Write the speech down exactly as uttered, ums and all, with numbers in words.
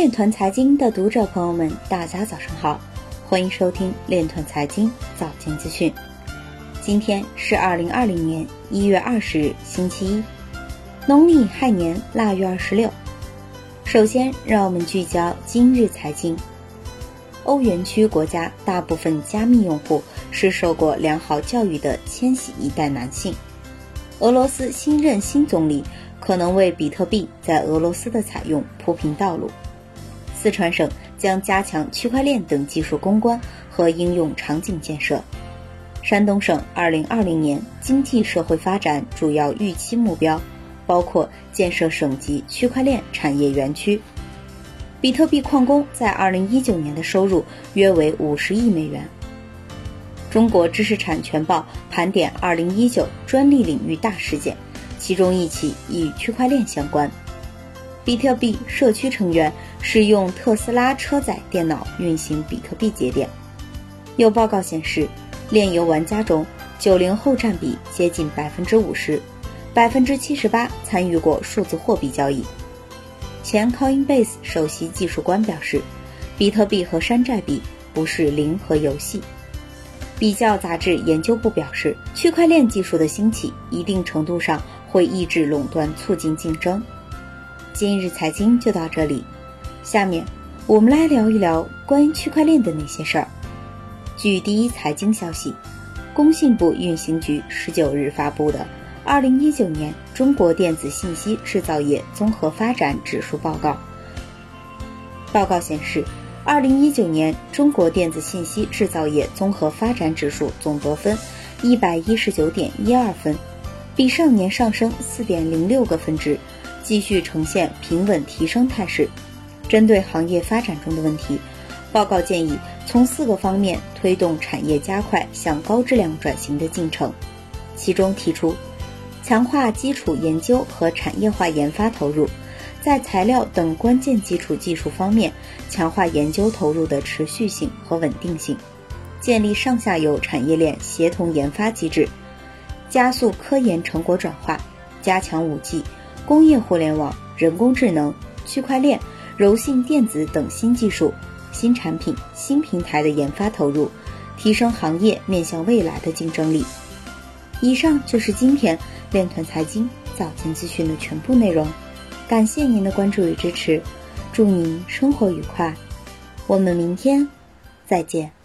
链团财经的读者朋友们，大家早上好，欢迎收听链团财经早间资讯。今天是二零二零年一月二十日，星期一，农历亥年腊月二十六。首先，让我们聚焦今日财经。欧元区国家大部分加密用户是受过良好教育的千禧一代男性。俄罗斯新任新总理可能为比特币在俄罗斯的采用铺平道路。四川省将加强区块链等技术攻关和应用场景建设。山东省二零二零年经济社会发展主要预期目标包括建设省级区块链产业园区。比特币矿工在二零一九年的收入约为五十亿美元。中国知识产权报盘点二零一九专利领域大事件，其中一起与区块链相关。比特币社区成员是用特斯拉车载电脑运行比特币节点。有报告显示，链游玩家中九零后占比接近 百分之五十， 百分之七十八 参与过数字货币交易。前 Coinbase 首席技术官表示，比特币和山寨币不是零和游戏。比较杂志研究部表示，区块链技术的兴起一定程度上会抑制垄断，促进竞争。今日财经就到这里，下面我们来聊一聊关于区块链的那些事儿。据第一财经消息，工信部运行局十九日发布的二零一九年中国电子信息制造业综合发展指数报告。报告显示，二零一九年中国电子信息制造业综合发展指数总得分 一百一十九点一二 分，比上年上升 四点零六 个分值，继续呈现平稳提升态势。针对行业发展中的问题，报告建议从四个方面推动产业加快向高质量转型的进程。其中提出强化基础研究和产业化研发投入，在材料等关键基础技术方面强化研究投入的持续性和稳定性，建立上下游产业链协同研发机制，加速科研成果转化，加强 五 G、工业互联网、人工智能、区块链、柔性电子等新技术、新产品、新平台的研发投入，提升行业面向未来的竞争力。以上就是今天链团财经早间资讯的全部内容，感谢您的关注与支持，祝您生活愉快，我们明天再见。